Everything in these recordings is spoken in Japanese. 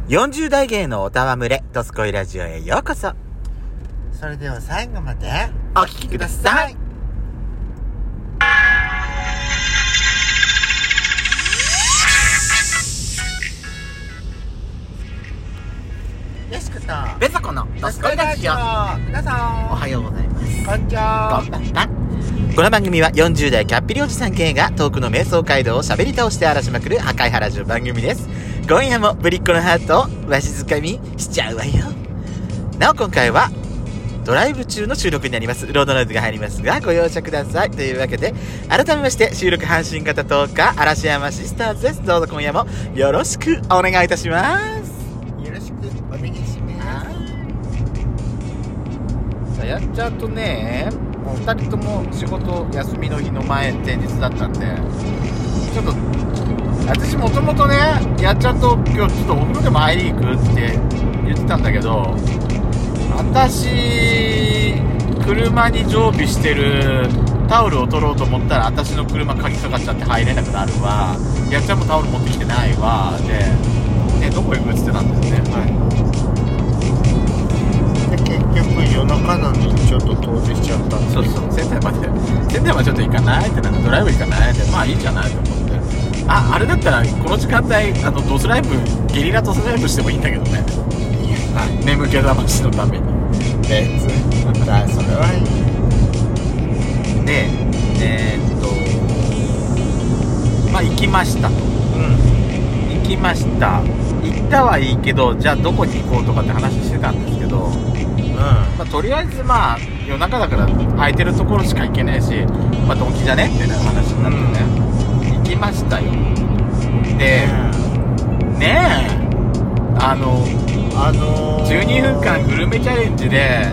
40代芸のおたわむれ、ドスコイラジオへようこそ。 それでは最後までお聞きください。 よしことベソコのドスコイラジオ。 皆さんおはようございます。 こんにちは。 こんばんは。この番組は40代キャッピリおじさん系が遠くの瞑想街道を喋り倒して荒らしまくる破壊原城番組です。今夜もぶりっ子のハートをわしづかみしちゃうわよ。なお今回はドライブ中の収録になります。ロードノイズが入りますがご容赦ください。というわけで改めまして収録配信型10日嵐山シスターズです。どうぞ今夜もよろしくお願いいたします。 よろしくお願いします。 やっちゃうとね、もう2人とも仕事休みの日の前日だったんで、ちょっと私もともとね、やっちゃうと今日ちょっとお風呂でも入り行くって言ってたんだけど、私車に常備してるタオルを取ろうと思ったら私の車鍵かかっちゃって入れなくなるわ、やっちゃんもタオル持ってきてないわで、ね、どこ行くっつってたんですね。 で結局夜中なのにちょっと遠出しちゃったんです。 そうそう、仙台までちょっと行かないってなって、ドライブ行かないって、まあいいんじゃないと思って、あれだったらこの時間帯ドスライブ、ゲリラドスライブしてもいいんだけどね。はい、眠気覚ましのために別にだそれはいいで、まあ行きましたと。行きました。行ったはいいけど、じゃあどこに行こうとかって話してたんですけど、まあ、とりあえずまあ夜中だから空いてるところしか行けないし、まあドンキじゃねっていう話になってね、行きましたよ。で、ねえ12分間グルメチャレンジで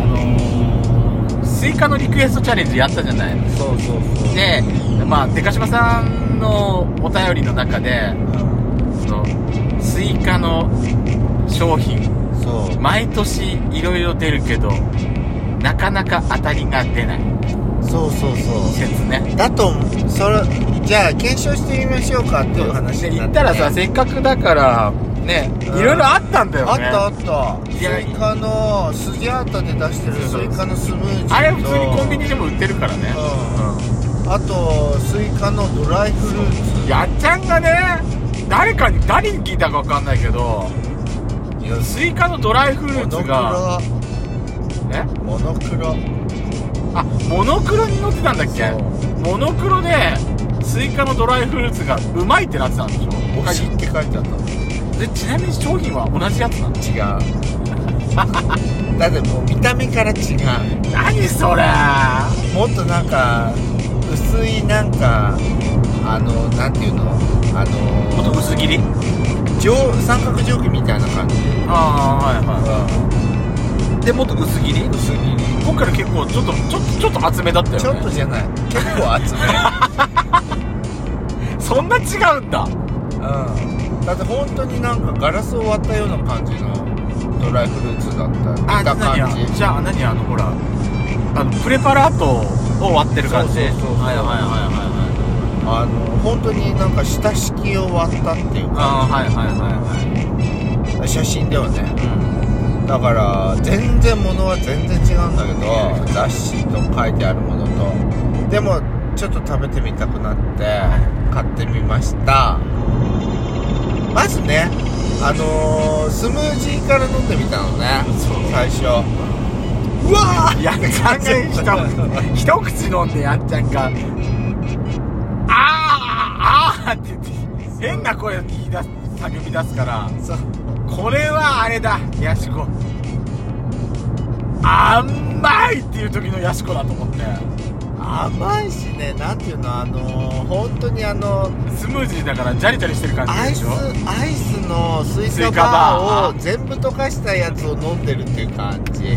スイカのリクエストチャレンジやったじゃない。 そうで、まあデカシマさんのお便りの中で、スイカの商品毎年いろいろ出るけどなかなか当たりが出ない。 そう説ね。 だとそれじゃあ検証してみましょうかっていう話になって、ね、 言ったらさ、せっかくだからね、いろいろあったんだよね。 あったスイカのスジャータで出してるスイカのスムージーと、 あれ普通にコンビニでも売ってるからね。 あとスイカのドライフルーツ。 やっちゃんがね、誰に聞いたか分かんないけど、スイカのドライフルーツがモノクロモノクロに乗ってたんだっけ。モノクロでスイカのドライフルーツがうまいってなってたんでしょ。 推しって書いてあったので、ちなみに商品は同じやつなの？ 違うだってもう見た目から違う。 何それ。 もっとなんか薄いなんかなんていうのもっと薄切り三角定規みたいな感じ。 でもっと薄切り今回結構ちょっと厚めだったよね。 ちょっとじゃない、結構厚めそんな違うんだ。 だって本当になんかガラスを割ったような感じのドライフルーツだった見た感じ。 じゃあほらプレパラートを割ってる感じ。 本当になんか下敷きを割ったっていうか、写真ではね、だから全然物は全然違うんだけど、雑誌と書いてあるものと。でもちょっと食べてみたくなって買ってみました。まずねスムージーから飲んでみたのね。最初うわーやっちゃんが一口飲んで、やっちゃんがあーって言って変な声を叫び出すから、これはあれだ、ヤシコ甘いっていう時のヤシコだと思って。 甘いしね、なんていうの本当にスムージーだからジャリジャリしてる感じでしょ。 アイスのスイカバーを全部溶かしたやつを飲んでるっていう感じ。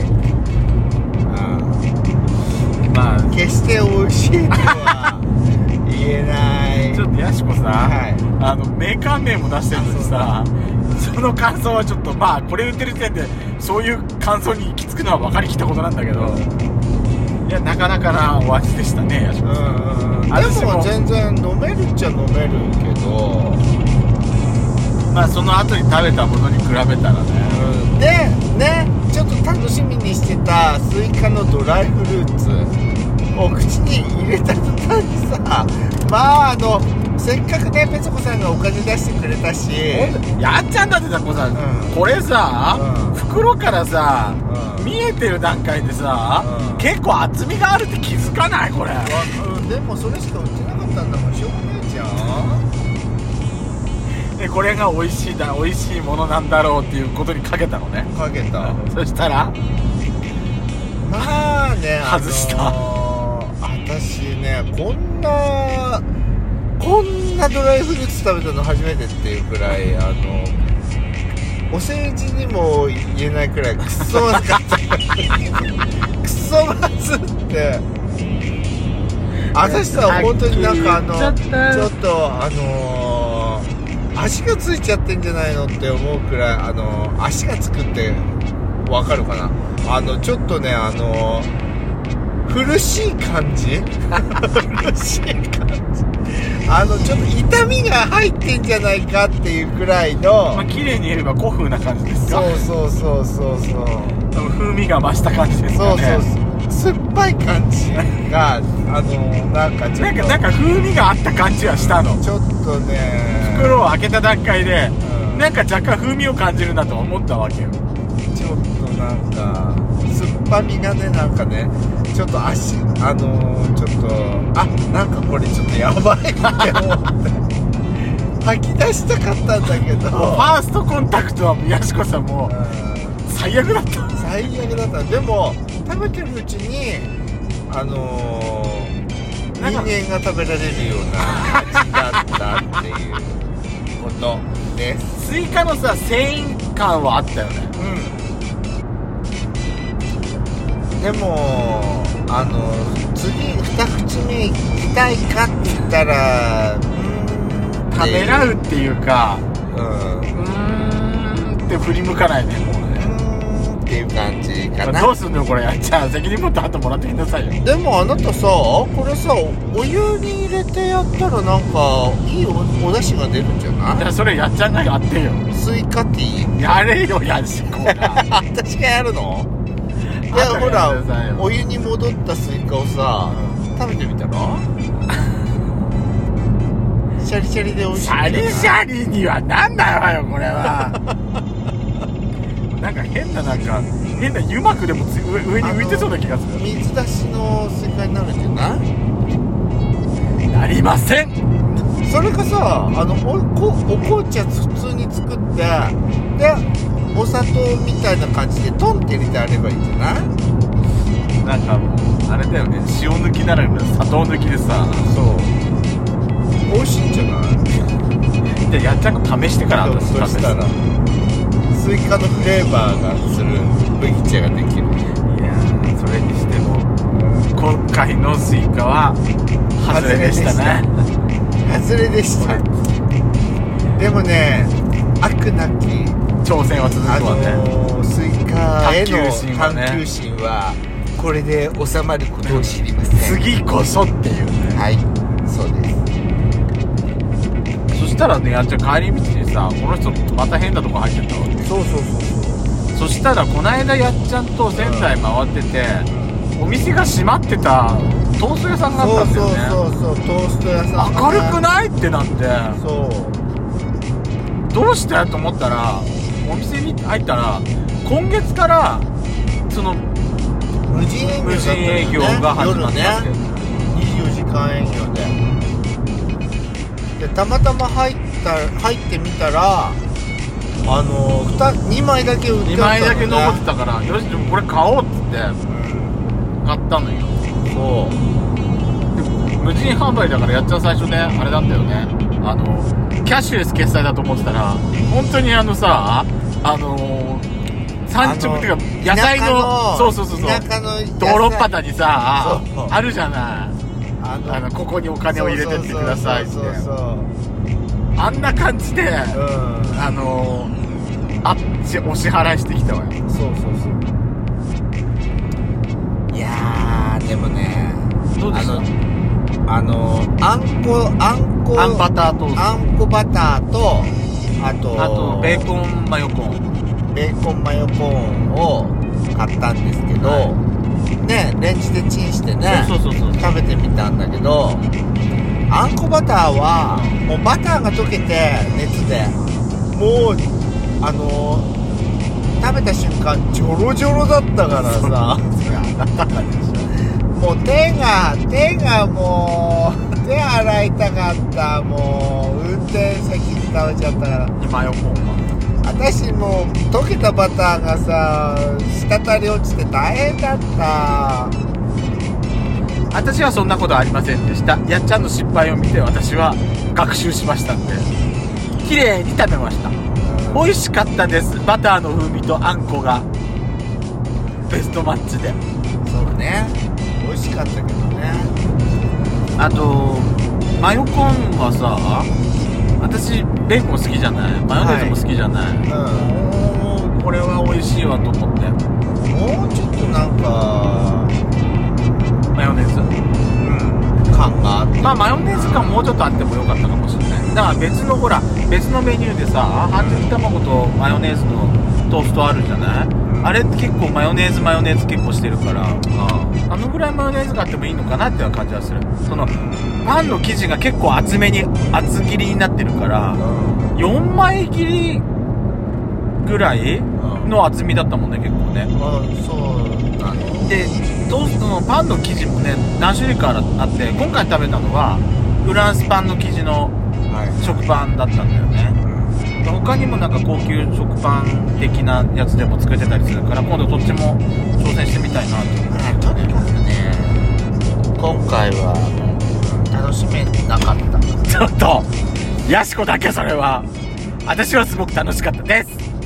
まあ決して美味しいとは言えない。 ちょっとヤシコさ、メーカー名も出してるのにさ、その感想はちょっと、まあこれ売ってる時点でそういう感想に行き着くのは分かりきったことなんだけど、いやなかなかなお味でしたね、ヤシコさん。 でも全然飲めるっちゃ飲めるけど、 まあその後に食べたものに比べたらね、 でね、ちょっと楽しみにしてたスイカのドライフルーツを口に入れた途端にさ、まあせっかくねペソコさんがお金出してくれたし、 やっちゃんだってさ、こうさ、これさ、袋からさ、見えてる段階でさ、結構厚みがあるって気づかないこれ。 でもそれしか売ってなかったんだもん、しょうがないじゃん。 でこれが美味しいものなんだろうっていうことにかけたのね。 かけた。 そしたらまあね、 外した。 私ね、こんなドライフルーツ食べたの初めてっていうくらい、お世辞にも言えないくらいクソまずかったクソまずって私さ、本当になんかちょっと足がついちゃってんじゃないのって思うくらい、足がつくってわかるかな、ちょっとね、苦しい感じ苦しい感じ、ちょっと痛みが入ってんじゃないかっていうくらいの、 綺麗に言えば古風な感じですか。 そう風味が増した感じですかね。 酸っぱい感じがなんかちょっとなんか風味があった感じはしたの。 ちょっとね、 袋を開けた段階で、なんか若干風味を感じるなと思ったわけよ。 ちょっとなんか酸っぱみがね、なんかね、ちょっと足ちょっとなんかこれちょっとやばいって思って吐き出したかったんだけど、 ファーストコンタクトはやしこさんも最悪だった。 最悪だった。でも食べてるうちに人間が食べられるような味だったっていうことです。 スイカのさ、繊維感はあったよね。 でも次2口目いきたいかって言ったらためらうっていうか、って振り向かないね、もうね。 っていう感じかな。 どうすんのよこれ、やっちゃん責任持って後もらってきなさいよ。 でもあなたさ、これさ、お湯に入れてやったらなんかいい お出汁が出るんじゃない？ いや、それやっちゃんがやってよ。 スイカティーやれよ、やしこが私がやるの？いや、ほら、お湯に戻ったスイカをさ、食べてみたらシャリシャリで美味しい。 シャリシャリにはなんないわよこれはなんか変な油膜でも上に浮いてそうな気がする。 水出しのスイカになるんじゃない？ なりません。 それかさ、お紅茶普通に作って、でお砂糖みたいな感じでトンって入れてあればいいんじゃない？ なんかもうあれだよね、塩抜きなら砂糖抜きでさ、 そう美味しいんじゃない？ じゃあやっちゃんが試してから私そしたらスイカのフレーバーがする麦茶ができる。 いやー、それにしても今回のスイカは外れでしたね。 外れでした。でもね、飽くなき挑戦は続くわね。 スイカへの探求心はこれで収まることを知りません。 次こそっていうね。 はい、そうです。 そしたらね、やっちゃん帰り道にさ、この人また変なとこ入ってったわけ。 そうそしたらこの間やっちゃんと仙台回ってて、お店が閉まってたトースト屋さんがあったんだよね。 そうトースト屋さん、 明るくないってなって、どうしてと思ったら、お店に入ったら今月からその無人営業が始まったんですよ、 24時間営業でたまたま入ってみたら2枚だけ売ってたのね。2 枚だけ残ってたから、よしでもこれ買おうっつって買ったのよ。 そうで無人販売だから、やっちゃん最初ね、あれなんだよね、キャッシュレス決済だと思ってたら、本当に産直っていうか野菜のそう田舎の道路端にさあるじゃない、ここにお金を入れてってくださいって、あんな感じで、あっちお支払いしてきたわよ。 そういやー、でもね、 どうでした？ あんこバタートースト、あんこバターとあとベーコンマヨコーンを買ったんですけど、ね、レンジでチンしてね、 そう食べてみたんだけど、あんこバターはもうバターが溶けて熱でもう食べた瞬間ジョロジョロだったからさ、 それあなたがでしもう手がもう手洗いたかった。もう運転席に食べちゃったから。 ょ。マヨコーンは私もう溶けたバターがさ滴り落ちて大変だった。 私はそんなことありませんでした。やっちゃんの失敗を見て私は学習しましたんで、綺麗に食べました。美味しかったです。バターの風味とあんこがベストマッチで。 そうね、美味しかったけどね。 あとマヨコーンはさ、私ベーコン好きじゃない、マヨネーズも好きじゃない、もうこれは美味しいわと思って。 もうちょっとなんかマヨネーズ感があって、 マヨネーズ感もうちょっとあってもよかったかもしれない。だから別のメニューでさ、半熟卵とマヨネーズのトーストあるじゃない、あれって結構マヨネーズ結構してるから、あのぐらいマヨネーズがあってもいいのかなっていう感じはする。そのパンの生地が結構厚切りになってるから、4枚切りぐらいの厚みだったもんね、結構ね。 そうなのでトーストのパンの生地もね、何種類かあって、今回食べたのはフランスパンの生地の食パンだったんだよね。他にもなんか高級食パン的なやつでも作れてたりするから、今度どっちも挑戦してみたいなと。 とにかくね、今回は楽しめなかった。 ちょっとヤシコだけそれは。私はすごく楽しかったです。